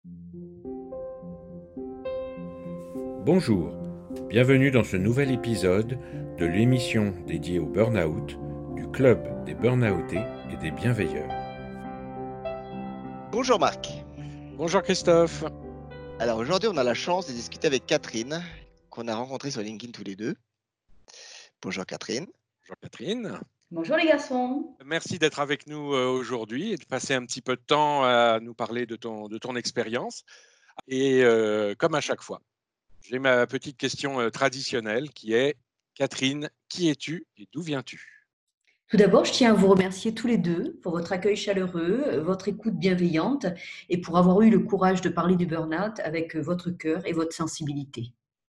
Bonjour, bienvenue dans ce nouvel épisode de l'émission dédiée au burn-out du Club des Burn-outés et des Bienveilleurs. Bonjour Marc. Bonjour Christophe. Alors aujourd'hui, on a la chance de discuter avec Catherine, qu'on a rencontrée sur LinkedIn tous les deux. Bonjour Catherine. Bonjour Catherine. Bonjour les garçons. Merci d'être avec nous aujourd'hui et de passer un petit peu de temps à nous parler de ton expérience. Et comme à chaque fois, j'ai ma petite question traditionnelle qui est Catherine, qui es-tu et d'où viens-tu ? Tout d'abord, je tiens à vous remercier tous les deux pour votre accueil chaleureux, votre écoute bienveillante et pour avoir eu le courage de parler du burn-out avec votre cœur et votre sensibilité.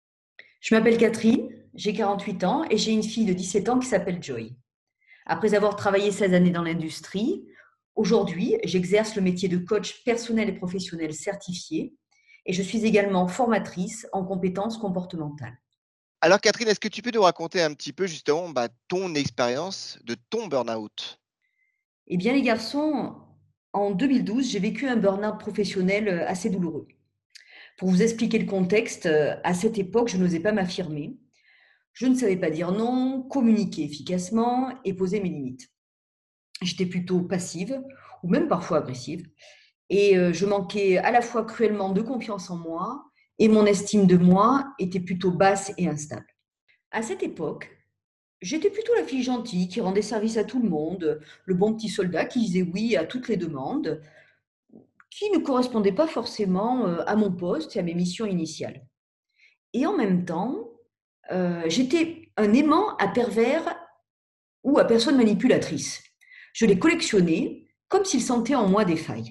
Je m'appelle Catherine, j'ai 48 ans et j'ai une fille de 17 ans qui s'appelle Joy. Après avoir travaillé 16 années dans l'industrie, aujourd'hui, j'exerce le métier de coach personnel et professionnel certifié et je suis également formatrice en compétences comportementales. Alors Catherine, est-ce que tu peux nous raconter un petit peu justement ton expérience de ton burn-out ? Eh bien les garçons, en 2012, j'ai vécu un burn-out professionnel assez douloureux. Pour vous expliquer le contexte, à cette époque, je n'osais pas m'affirmer. Je ne savais pas dire non, communiquer efficacement et poser mes limites. J'étais plutôt passive ou même parfois agressive. Et je manquais à la fois cruellement de confiance en moi et mon estime de moi était plutôt basse et instable. À cette époque, j'étais plutôt la fille gentille qui rendait service à tout le monde, le bon petit soldat qui disait oui à toutes les demandes, qui ne correspondait pas forcément à mon poste et à mes missions initiales. Et en même temps, j'étais un aimant à pervers ou à personne manipulatrice. Je les collectionnais comme s'ils sentaient en moi des failles.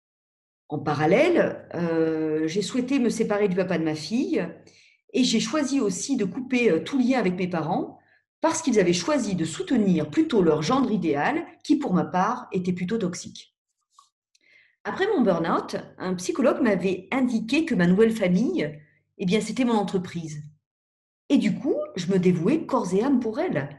En parallèle, j'ai souhaité me séparer du papa de ma fille et j'ai choisi aussi de couper tout lien avec mes parents parce qu'ils avaient choisi de soutenir plutôt leur gendre idéal qui, pour ma part, était plutôt toxique. Après mon burn-out, un psychologue m'avait indiqué que ma nouvelle famille, eh bien, c'était mon entreprise. Et du coup, je me dévouais corps et âme pour elle.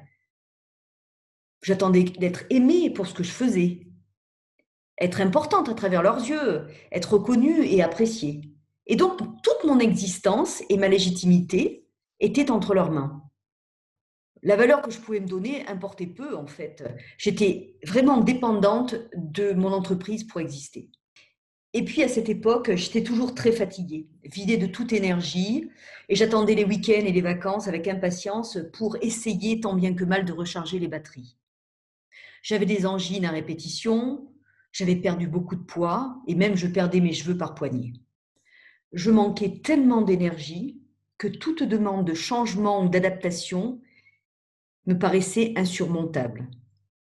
J'attendais d'être aimée pour ce que je faisais, être importante à travers leurs yeux, être reconnue et appréciée. Et donc, toute mon existence et ma légitimité étaient entre leurs mains. La valeur que je pouvais me donner importait peu, en fait. J'étais vraiment dépendante de mon entreprise pour exister. Et puis, à cette époque, j'étais toujours très fatiguée, vidée de toute énergie, et j'attendais les week-ends et les vacances avec impatience pour essayer tant bien que mal de recharger les batteries. J'avais des angines à répétition, j'avais perdu beaucoup de poids, et même je perdais mes cheveux par poignée. Je manquais tellement d'énergie que toute demande de changement ou d'adaptation me paraissait insurmontable.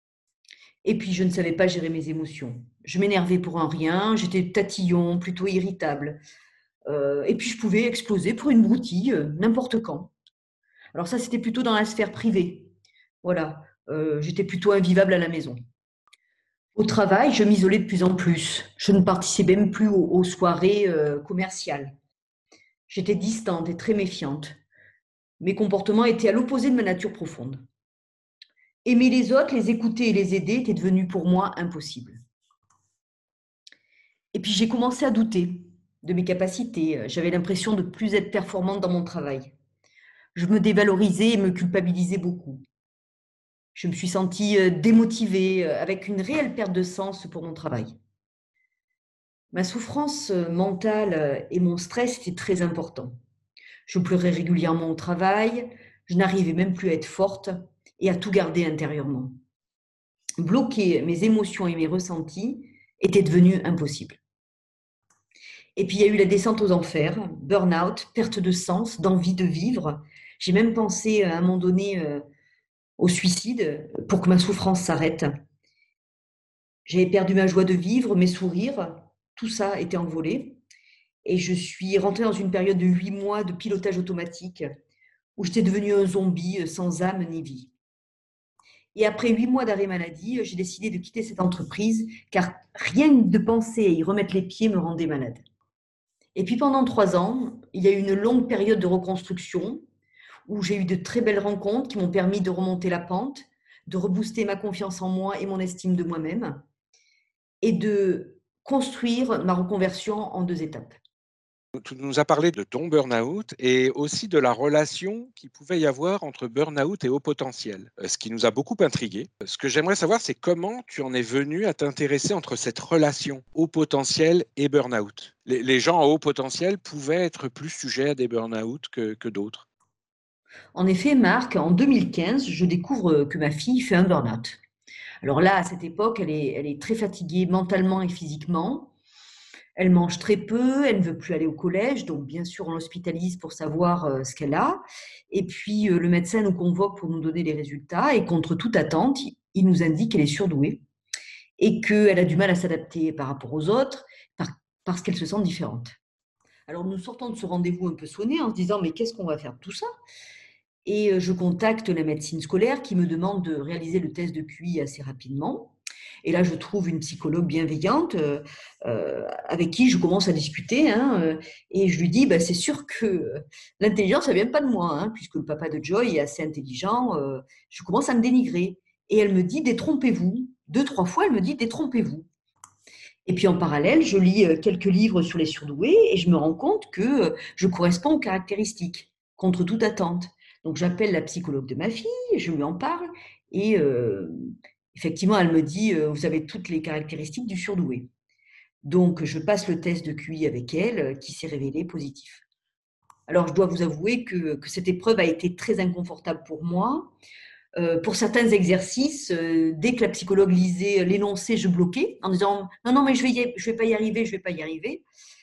Et puis, je ne savais pas gérer mes émotions. Je m'énervais pour un rien, j'étais tatillon, plutôt irritable. Et puis, je pouvais exploser pour une broutille, n'importe quand. Alors ça, c'était plutôt dans la sphère privée. Voilà, j'étais plutôt invivable à la maison. Au travail, je m'isolais de plus en plus. Je ne participais même plus aux soirées commerciales. J'étais distante et très méfiante. Mes comportements étaient à l'opposé de ma nature profonde. Aimer les autres, les écouter et les aider était devenu pour moi impossible. Et puis j'ai commencé à douter de mes capacités. J'avais l'impression de ne plus être performante dans mon travail. Je me dévalorisais et me culpabilisais beaucoup. Je me suis sentie démotivée, avec une réelle perte de sens pour mon travail. Ma souffrance mentale et mon stress étaient très importants. Je pleurais régulièrement au travail, je n'arrivais même plus à être forte et à tout garder intérieurement. Bloquer mes émotions et mes ressentis était devenu impossible. Et puis il y a eu la descente aux enfers, burn-out, perte de sens, d'envie de vivre. J'ai même pensé à un moment donné au suicide pour que ma souffrance s'arrête. J'avais perdu ma joie de vivre, mes sourires, tout ça était envolé. Et je suis rentrée dans une période de 8 mois de pilotage automatique où j'étais devenue un zombie sans âme ni vie. Et après 8 mois d'arrêt maladie, j'ai décidé de quitter cette entreprise car rien de penser à y remettre les pieds me rendait malade. Et puis pendant 3 ans, il y a eu une longue période de reconstruction où j'ai eu de très belles rencontres qui m'ont permis de remonter la pente, de rebooster ma confiance en moi et mon estime de moi-même et de construire ma reconversion en 2 étapes. Tu nous as parlé de ton burn-out et aussi de la relation qu'il pouvait y avoir entre burn-out et haut potentiel, ce qui nous a beaucoup intrigués. Ce que j'aimerais savoir, c'est comment tu en es venu à t'intéresser entre cette relation haut potentiel et burn-out. Les gens à haut potentiel pouvaient être plus sujets à des burn-out que d'autres. En effet, Marc, en 2015, je découvre que ma fille fait un burn-out. Alors là, à cette époque, elle est très fatiguée mentalement et physiquement. Elle mange très peu, elle ne veut plus aller au collège, donc bien sûr, on l'hospitalise pour savoir ce qu'elle a. Et puis, le médecin nous convoque pour nous donner les résultats et contre toute attente, il nous indique qu'elle est surdouée et qu'elle a du mal à s'adapter par rapport aux autres parce qu'elle se sent différente. Alors, nous sortons de ce rendez-vous un peu sonné en se disant, mais qu'est-ce qu'on va faire de tout ça? Et je contacte la médecine scolaire qui me demande de réaliser le test de QI assez rapidement. Et là, je trouve une psychologue bienveillante avec qui je commence à discuter. Et je lui dis, c'est sûr que l'intelligence, ça ne vient pas de moi, puisque le papa de Joy est assez intelligent. Je commence à me dénigrer. Et elle me dit, détrompez-vous. 2-3 fois, elle me dit, détrompez-vous. Et puis en parallèle, je lis quelques livres sur les surdoués et je me rends compte que je corresponds aux caractéristiques, contre toute attente. Donc j'appelle la psychologue de ma fille, je lui en parle et effectivement, elle me dit vous avez toutes les caractéristiques du surdoué. Donc je passe le test de QI avec elle qui s'est révélé positif. Alors je dois vous avouer que cette épreuve a été très inconfortable pour moi. Pour certains exercices, dès que la psychologue lisait l'énoncé, je bloquais en disant non, mais je vais pas y arriver, je vais pas y arriver.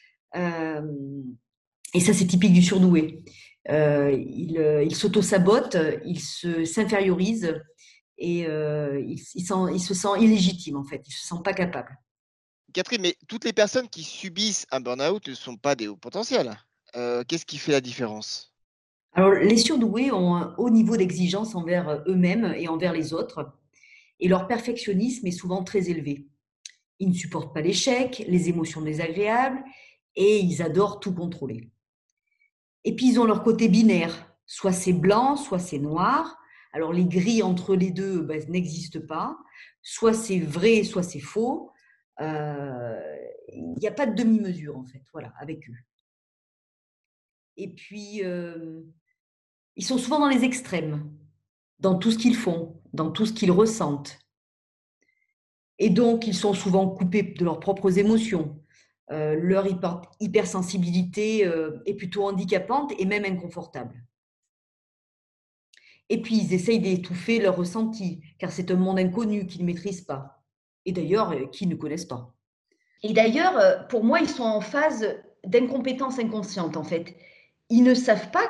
Et ça, c'est typique du surdoué. Il s'auto-sabote, il s'infériorise et il se sent illégitime en fait, il se sent pas capable. Catherine, mais toutes les personnes qui subissent un burn-out ne sont pas des hauts potentiels. Qu'est-ce qui fait la différence? Alors, les surdoués ont un haut niveau d'exigence envers eux-mêmes et envers les autres, et leur perfectionnisme est souvent très élevé. Ils ne supportent pas l'échec, les émotions désagréables, et ils adorent tout contrôler. Et puis, ils ont leur côté binaire. Soit c'est blanc, soit c'est noir. Alors, les gris entre les deux n'existent pas. Soit c'est vrai, soit c'est faux. Il n'y a pas de demi-mesure, en fait, voilà, avec eux. Et puis, ils sont souvent dans les extrêmes, dans tout ce qu'ils font, dans tout ce qu'ils ressentent. Et donc, ils sont souvent coupés de leurs propres émotions. Leur hypersensibilité est plutôt handicapante et même inconfortable. Et puis, ils essayent d'étouffer leurs ressentis, car c'est un monde inconnu qu'ils ne maîtrisent pas, et d'ailleurs, qu'ils ne connaissent pas. Et d'ailleurs, pour moi, ils sont en phase d'incompétence inconsciente, en fait. Ils ne savent pas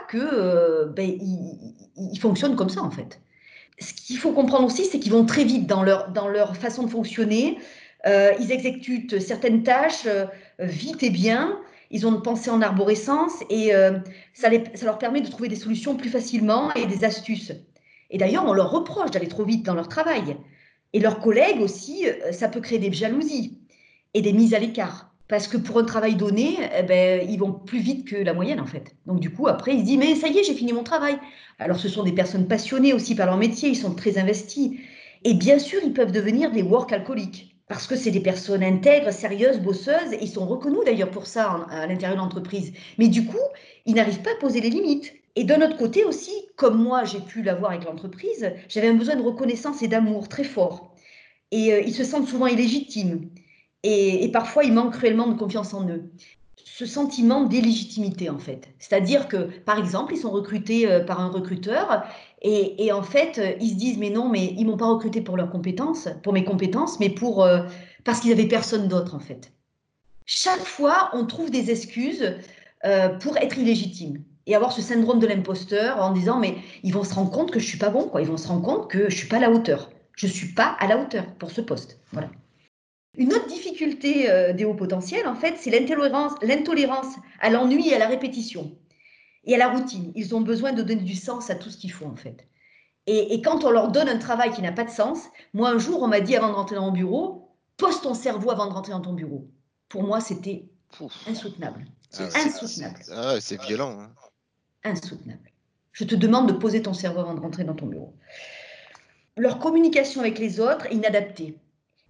qu'ils fonctionnent comme ça, en fait. Ce qu'il faut comprendre aussi, c'est qu'ils vont très vite dans leur façon de fonctionner. Ils exécutent certaines tâches vite et bien. Ils ont une pensée en arborescence et ça leur permet de trouver des solutions plus facilement et des astuces. Et d'ailleurs, on leur reproche d'aller trop vite dans leur travail. Et leurs collègues aussi, ça peut créer des jalousies et des mises à l'écart. Parce que pour un travail donné, ils vont plus vite que la moyenne, en fait. Donc, du coup, après, ils se disent, mais ça y est, j'ai fini mon travail. Alors, ce sont des personnes passionnées aussi par leur métier, ils sont très investis. Et bien sûr, ils peuvent devenir des work-alcooliques. Parce que c'est des personnes intègres, sérieuses, bosseuses, et ils sont reconnus d'ailleurs pour ça à l'intérieur de l'entreprise. Mais du coup, ils n'arrivent pas à poser les limites. Et d'un autre côté aussi, comme moi, j'ai pu l'avoir avec l'entreprise, j'avais un besoin de reconnaissance et d'amour très fort. Et ils se sentent souvent illégitimes. Et parfois, ils manquent cruellement de confiance en eux. Ce sentiment d'illégitimité, en fait. C'est-à-dire que, par exemple, ils sont recrutés par un recruteur et en fait, ils se disent, mais non, mais ils m'ont pas recruté pour leurs compétences, pour mes compétences, mais parce qu'ils n'avaient personne d'autre, en fait. Chaque fois, on trouve des excuses pour être illégitime et avoir ce syndrome de l'imposteur en disant, mais ils vont se rendre compte que je suis pas bon, quoi. Ils vont se rendre compte que je suis pas à la hauteur. Je suis pas à la hauteur pour ce poste. Voilà. Une autre difficulté des hauts potentiels, en fait, c'est l'intolérance à l'ennui et à la répétition et à la routine. Ils ont besoin de donner du sens à tout ce qu'ils font, en fait. Et quand on leur donne un travail qui n'a pas de sens, moi, un jour, on m'a dit avant de rentrer dans mon bureau, pose ton cerveau avant de rentrer dans ton bureau. Pour moi, c'était insoutenable. Insoutenable. C'est violent. Hein. Insoutenable. Je te demande de poser ton cerveau avant de rentrer dans ton bureau. Leur communication avec les autres est inadaptée.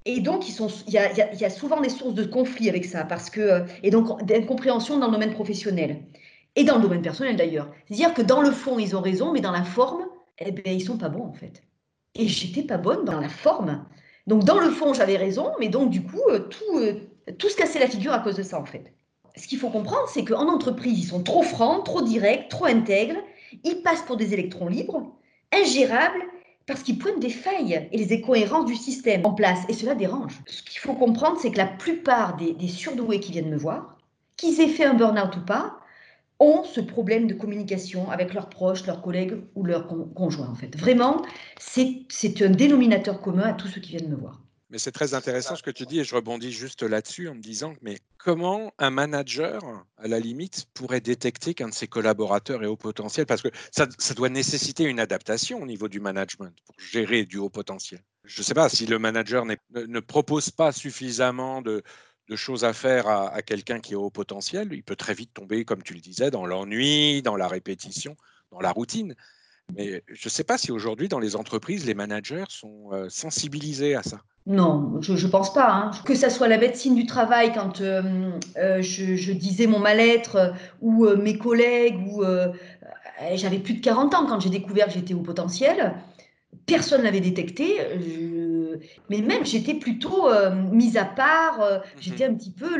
Et donc, il y a souvent des sources de conflits avec ça, et donc d'incompréhension dans le domaine professionnel et dans le domaine personnel d'ailleurs. C'est-à-dire que dans le fond, ils ont raison, mais dans la forme, eh ben, ils sont pas bons en fait. Et j'étais pas bonne dans la forme. Donc dans le fond, j'avais raison, mais donc du coup, tout se cassait la figure à cause de ça en fait. Ce qu'il faut comprendre, c'est qu'en entreprise, ils sont trop francs, trop directs, trop intègres. Ils passent pour des électrons libres, ingérables, parce qu'ils pointent des failles et les incohérences du système en place. Et cela dérange. Ce qu'il faut comprendre, c'est que la plupart des surdoués qui viennent me voir, qu'ils aient fait un burn-out ou pas, ont ce problème de communication avec leurs proches, leurs collègues ou leurs conjoints, en fait. Vraiment, c'est un dénominateur commun à tous ceux qui viennent me voir. Mais c'est très intéressant ce que tu dis et je rebondis juste là-dessus en me disant, mais comment un manager, à la limite, pourrait détecter qu'un de ses collaborateurs est haut potentiel? Parce que ça doit nécessiter une adaptation au niveau du management pour gérer du haut potentiel. Je ne sais pas si le manager ne propose pas suffisamment de choses à faire à quelqu'un qui est haut potentiel, il peut très vite tomber, comme tu le disais, dans l'ennui, dans la répétition, dans la routine. Mais je ne sais pas si aujourd'hui, dans les entreprises, les managers sont sensibilisés à ça. Non, je ne pense pas. Hein. Que ça soit la médecine du travail, quand je disais mon mal-être, ou mes collègues, j'avais plus de 40 ans quand j'ai découvert que j'étais au potentiel. Personne ne l'avait détecté. Mais même, j'étais plutôt mise à part. J'étais un petit peu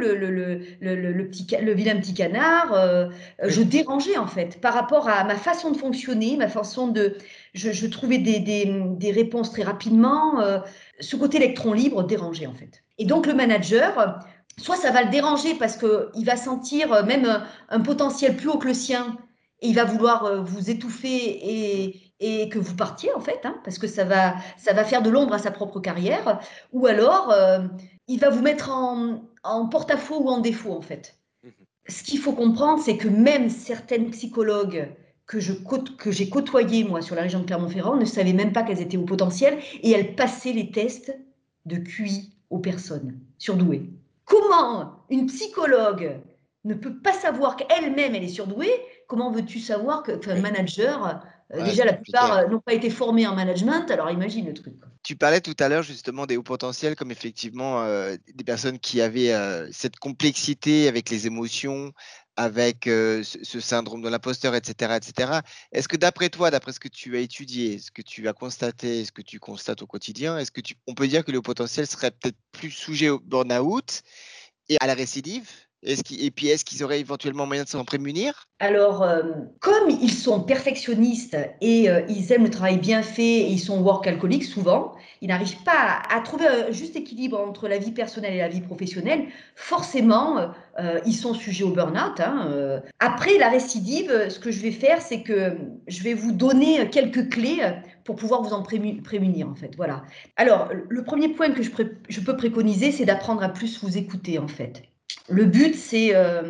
le vilain petit canard. Je dérangeais, en fait, par rapport à ma façon de fonctionner, ma façon de... Je trouvais des réponses très rapidement. Ce côté électron libre dérangeait, en fait. Et donc, le manager, soit ça va le déranger parce qu'il va sentir même un potentiel plus haut que le sien et il va vouloir vous étouffer et que vous partiez, en fait, hein, parce que ça va faire de l'ombre à sa propre carrière, ou alors il va vous mettre en porte-à-faux ou en défaut, en fait. Ce qu'il faut comprendre, c'est que même certaines psychologues que j'ai côtoyées, moi, sur la région de Clermont-Ferrand, ne savaient même pas qu'elles étaient au potentiel, et elles passaient les tests de QI aux personnes surdouées. Comment une psychologue ne peut pas savoir qu'elle-même, elle est surdouée? Comment veux-tu savoir qu'un manager, déjà la plupart n'ont pas été formés en management, alors imagine le truc. Tu parlais tout à l'heure justement des hauts potentiels comme effectivement des personnes qui avaient cette complexité avec les émotions, avec ce syndrome de l'imposteur, etc., etc. Est-ce que d'après toi, d'après ce que tu as étudié, ce que tu as constaté, ce que tu constates au quotidien, on peut dire que le haut potentiel serait peut-être plus sujet au burn-out et à la récidive? Et puis, est-ce qu'ils auraient éventuellement moyen de s'en prémunir? Alors, comme ils sont perfectionnistes et ils aiment le travail bien fait et ils sont workaholiques souvent, ils n'arrivent pas à trouver un juste équilibre entre la vie personnelle et la vie professionnelle. Forcément, ils sont sujets au burn-out. Hein. Après la récidive, ce que je vais faire, c'est que je vais vous donner quelques clés pour pouvoir vous en prémunir, en fait. Voilà. Alors, le premier point que je peux préconiser, c'est d'apprendre à plus vous écouter, en fait. Le but, c'est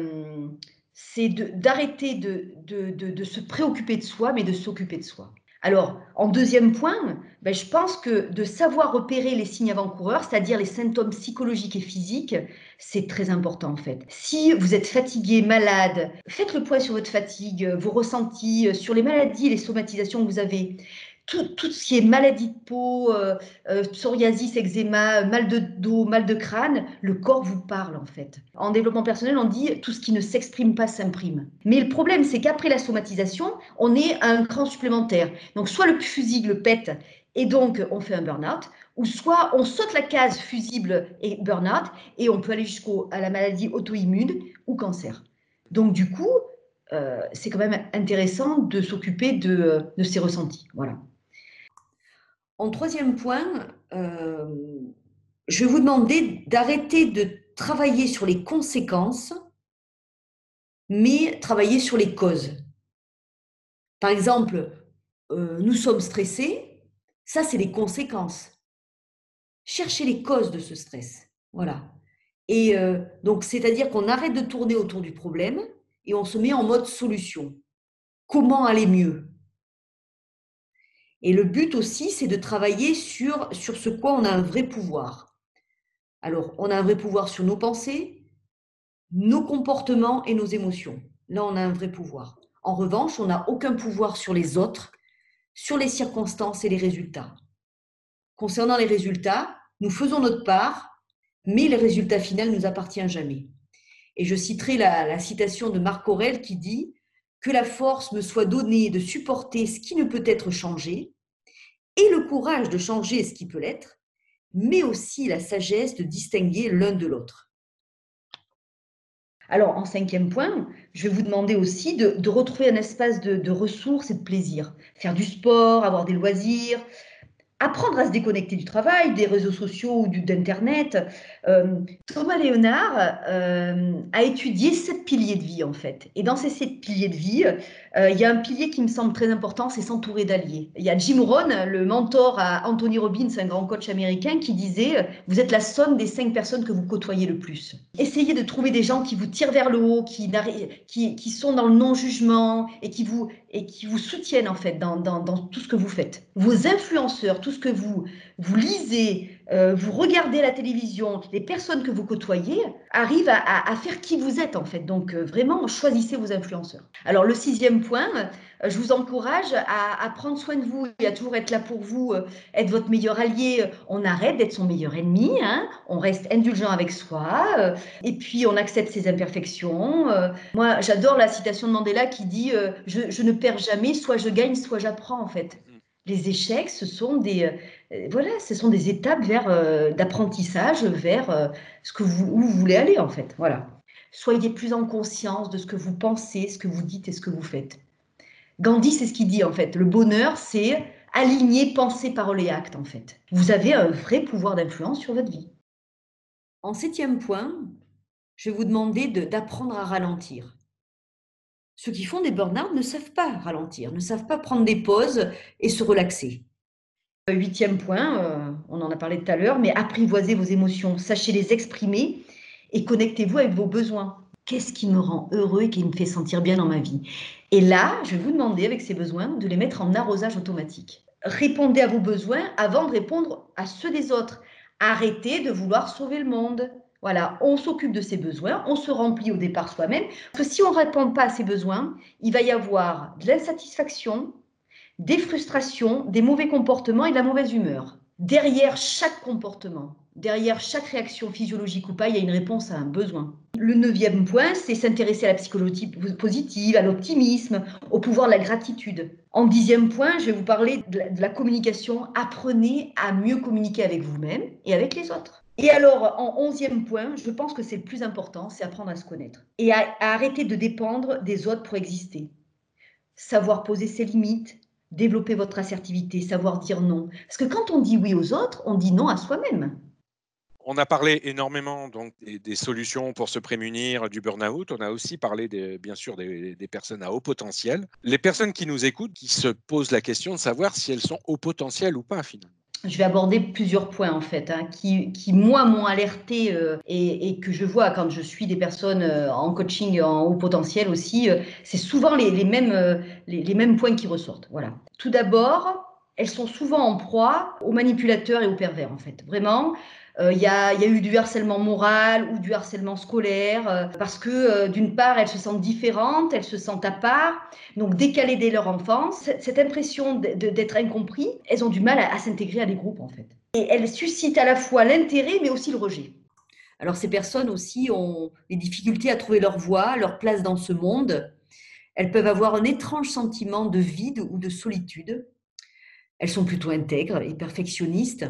d'arrêter de se préoccuper de soi, mais de s'occuper de soi. Alors, en deuxième point, je pense que de savoir repérer les signes avant-coureurs, c'est-à-dire les symptômes psychologiques et physiques, c'est très important en fait. Si vous êtes fatigué, malade, faites le point sur votre fatigue, vos ressentis, sur les maladies et les somatisations que vous avez. Tout ce qui est maladie de peau, psoriasis, eczéma, mal de dos, mal de crâne, le corps vous parle en fait. En développement personnel, on dit tout ce qui ne s'exprime pas s'imprime. Mais le problème, c'est qu'après la somatisation, on est à un cran supplémentaire. Donc soit le fusible le pète et donc on fait un burn-out, ou soit on saute la case fusible et burn-out et on peut aller jusqu'à la maladie auto-immune ou cancer. Donc du coup, c'est quand même intéressant de s'occuper de ses ressentis. Voilà. En troisième point, je vais vous demander d'arrêter de travailler sur les conséquences, mais travailler sur les causes. Par exemple, nous sommes stressés, ça c'est les conséquences. Cherchez les causes de ce stress. Voilà. Et donc, c'est-à-dire qu'on arrête de tourner autour du problème et on se met en mode solution. Comment aller mieux ? Et le but aussi, c'est de travailler sur ce quoi on a un vrai pouvoir. Alors, on a un vrai pouvoir sur nos pensées, nos comportements et nos émotions. Là, on a un vrai pouvoir. En revanche, on n'a aucun pouvoir sur les autres, sur les circonstances et les résultats. Concernant les résultats, nous faisons notre part, mais le résultat final ne nous appartient jamais. Et je citerai la citation de Marc Aurèle qui dit « Que la force me soit donnée de supporter ce qui ne peut être changé et le courage de changer ce qui peut l'être, mais aussi la sagesse de distinguer l'un de l'autre. » Alors, en 5e point, je vais vous demander aussi de retrouver un espace de ressources et de plaisir. Faire du sport, avoir des loisirs, apprendre à se déconnecter du travail, des réseaux sociaux ou d'Internet. Thomas Léonard a étudié 7 piliers de vie, en fait. Et dans ces 7 piliers de vie, il y a un pilier qui me semble très important, c'est s'entourer d'alliés. Il y a Jim Rohn, le mentor à Anthony Robbins, un grand coach américain, qui disait « Vous êtes la somme des 5 personnes que vous côtoyez le plus ». Essayez de trouver des gens qui vous tirent vers le haut, qui sont dans le non-jugement et qui vous soutiennent, en fait, dans tout ce que vous faites. Vos influenceurs, tout ce que vous lisez, vous regardez la télévision, les personnes que vous côtoyez arrivent à faire qui vous êtes, en fait. Donc, vraiment, choisissez vos influenceurs. Alors, le 6e point, je vous encourage à prendre soin de vous et à toujours être là pour vous, être votre meilleur allié. On arrête d'être son meilleur ennemi, hein, on reste indulgent avec soi, et puis on accepte ses imperfections. Moi, j'adore la citation de Mandela qui dit je ne perds jamais, soit je gagne, soit j'apprends, en fait. Les échecs, ce sont des étapes d'apprentissage vers où vous voulez aller, en fait. Voilà. Soyez plus en conscience de ce que vous pensez, ce que vous dites et ce que vous faites. Gandhi, c'est ce qu'il dit, en fait. Le bonheur, c'est aligner pensée, parole et acte, en fait. Vous avez un vrai pouvoir d'influence sur votre vie. En 7e point, je vais vous demander d'apprendre à ralentir. Ceux qui font des burn-out ne savent pas ralentir, ne savent pas prendre des pauses et se relaxer. 8e point, on en a parlé tout à l'heure, mais apprivoisez vos émotions, sachez les exprimer et connectez-vous avec vos besoins. Qu'est-ce qui me rend heureux et qui me fait sentir bien dans ma vie? Et là, je vais vous demander, avec ces besoins, de les mettre en arrosage automatique. Répondez à vos besoins avant de répondre à ceux des autres. Arrêtez de vouloir sauver le monde. Voilà, on s'occupe de ses besoins, on se remplit au départ soi-même. Parce que si on ne répond pas à ses besoins, il va y avoir de l'insatisfaction, des frustrations, des mauvais comportements et de la mauvaise humeur. Derrière chaque comportement, derrière chaque réaction physiologique ou pas, il y a une réponse à un besoin. Le 9e point, c'est s'intéresser à la psychologie positive, à l'optimisme, au pouvoir de la gratitude. En 10e point, je vais vous parler de la communication. Apprenez à mieux communiquer avec vous-même et avec les autres. Et alors, en 11e point, je pense que c'est le plus important, c'est apprendre à se connaître et à arrêter de dépendre des autres pour exister. Savoir poser ses limites, développer votre assertivité, savoir dire non. Parce que quand on dit oui aux autres, on dit non à soi-même. On a parlé énormément donc des solutions pour se prémunir du burn-out. On a aussi parlé bien sûr des personnes à haut potentiel. Les personnes qui nous écoutent, qui se posent la question de savoir si elles sont haut potentiel ou pas finalement. Je vais aborder plusieurs points en fait, qui moi m'ont alerté et que je vois quand je suis des personnes en coaching en haut potentiel aussi, c'est souvent les mêmes points qui ressortent. Voilà. Tout d'abord, elles sont souvent en proie aux manipulateurs et aux pervers en fait. Vraiment, il y a eu du harcèlement moral ou du harcèlement scolaire parce que d'une part, elles se sentent différentes, elles se sentent à part, donc décalées dès leur enfance. Cette impression d'être incompris, elles ont du mal à s'intégrer à des groupes en fait. Et elles suscitent à la fois l'intérêt mais aussi le rejet. Alors ces personnes aussi ont des difficultés à trouver leur voie, leur place dans ce monde. Elles peuvent avoir un étrange sentiment de vide ou de solitude. Elles sont plutôt intègres et perfectionnistes.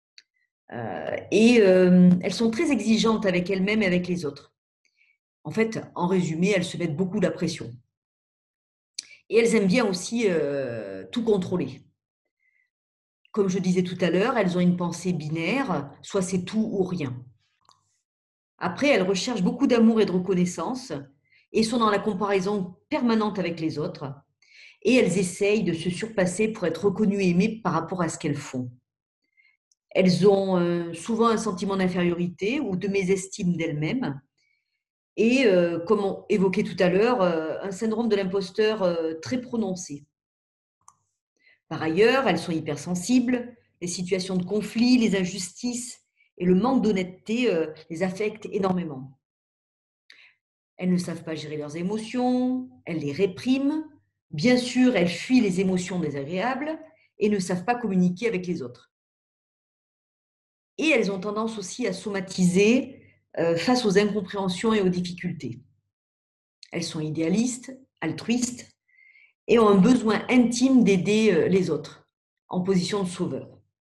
Elles sont très exigeantes avec elles-mêmes et avec les autres. En fait, en résumé, elles se mettent beaucoup la pression. Et elles aiment bien aussi tout contrôler. Comme je disais tout à l'heure, elles ont une pensée binaire, soit c'est tout ou rien. Après, elles recherchent beaucoup d'amour et de reconnaissance et sont dans la comparaison permanente avec les autres. Et elles essayent de se surpasser pour être reconnues et aimées par rapport à ce qu'elles font. Elles ont souvent un sentiment d'infériorité ou de mésestime d'elles-mêmes. Et, comme on évoquait tout à l'heure, un syndrome de l'imposteur très prononcé. Par ailleurs, elles sont hypersensibles, les situations de conflit, les injustices et le manque d'honnêteté les affectent énormément. Elles ne savent pas gérer leurs émotions, elles les répriment. Bien sûr, elles fuient les émotions désagréables et ne savent pas communiquer avec les autres. et elles ont tendance aussi à somatiser face aux incompréhensions et aux difficultés. Elles sont idéalistes, altruistes et ont un besoin intime d'aider les autres en position de sauveur.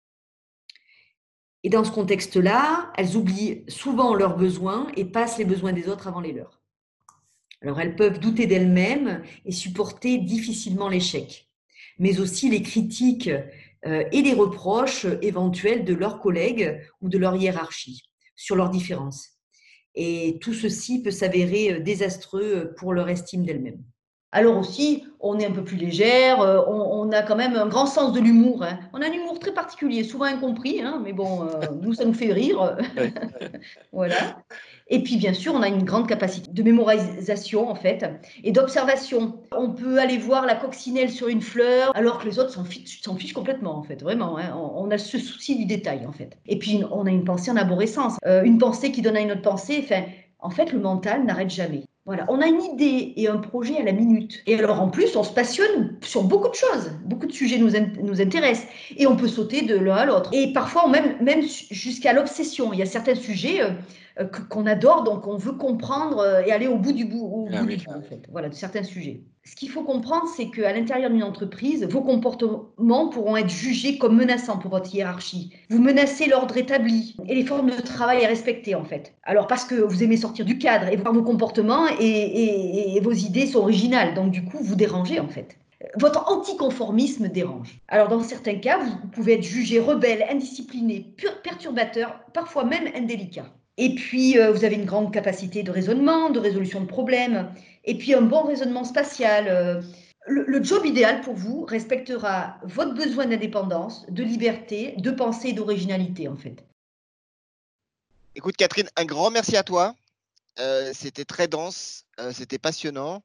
Et dans ce contexte-là, elles oublient souvent leurs besoins et passent les besoins des autres avant les leurs. Alors, elles peuvent douter d'elles-mêmes et supporter difficilement l'échec, mais aussi les critiques et les reproches éventuels de leurs collègues ou de leur hiérarchie sur leurs différences. Et tout ceci peut s'avérer désastreux pour leur estime d'elles-mêmes. Alors aussi, on est un peu plus légère, on a quand même un grand sens de l'humour. Hein. On a un humour très particulier, souvent incompris, hein, mais bon, nous, ça nous fait rire. Voilà. Et puis, bien sûr, on a une grande capacité de mémorisation, en fait, et d'observation. On peut aller voir la coccinelle sur une fleur, alors que les autres s'en fichent complètement, en fait, vraiment. Hein. On a ce souci du détail, en fait. Et puis, on a une pensée en arborescence. Une pensée qui donne à une autre pensée. Enfin, en fait, le mental n'arrête jamais. Voilà, on a une idée et un projet à la minute. Et alors, en plus, on se passionne sur beaucoup de choses. Beaucoup de sujets nous intéressent. Et on peut sauter de l'un à l'autre. Et parfois, même jusqu'à l'obsession. Il y a certains sujets qu'on adore, donc on veut comprendre et aller au bout du bout, en fait. Voilà, de certains sujets. Ce qu'il faut comprendre, c'est qu'à l'intérieur d'une entreprise, vos comportements pourront être jugés comme menaçants pour votre hiérarchie. Vous menacez l'ordre établi et les formes de travail à respecter, en fait. Alors, parce que vous aimez sortir du cadre et par vos comportements et vos idées sont originales. Donc, du coup, vous dérangez, en fait. Votre anticonformisme dérange. Alors, dans certains cas, vous pouvez être jugé rebelle, indiscipliné, perturbateur, parfois même indélicat. Et puis, vous avez une grande capacité de raisonnement, de résolution de problèmes, et puis un bon raisonnement spatial. Le job idéal pour vous respectera votre besoin d'indépendance, de liberté, de pensée et d'originalité, en fait. Écoute, Catherine, un grand merci à toi. C'était très dense, c'était passionnant.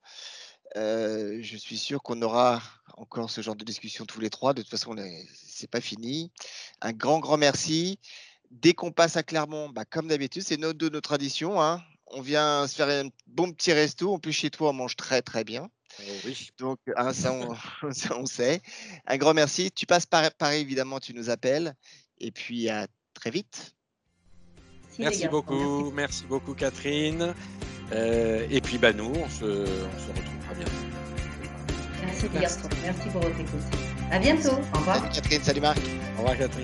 Je suis sûr qu'on aura encore ce genre de discussion tous les trois. De toute façon, c'est pas fini. Un grand merci. Dès qu'on passe à Clermont, comme d'habitude, c'est nos traditions. Hein. On vient se faire un bon petit resto. En plus, chez toi, on mange très, très bien. Oui. Donc, ça, on sait. Un grand merci. Tu passes par Paris, évidemment, tu nous appelles. Et puis, à très vite. Merci beaucoup, Catherine. Et puis, nous, on se retrouvera bientôt. Merci, les garçons. Merci pour votre écoute. À bientôt. Au revoir. Salut, Catherine. Salut, Marc. Au revoir, Catherine.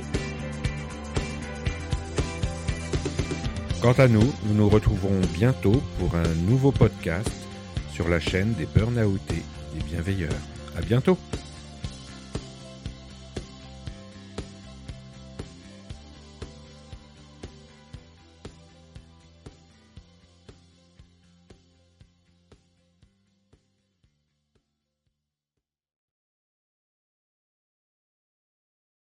Quant à nous, nous nous retrouverons bientôt pour un nouveau podcast sur la chaîne des Burnoutés, des bienveilleurs. À bientôt!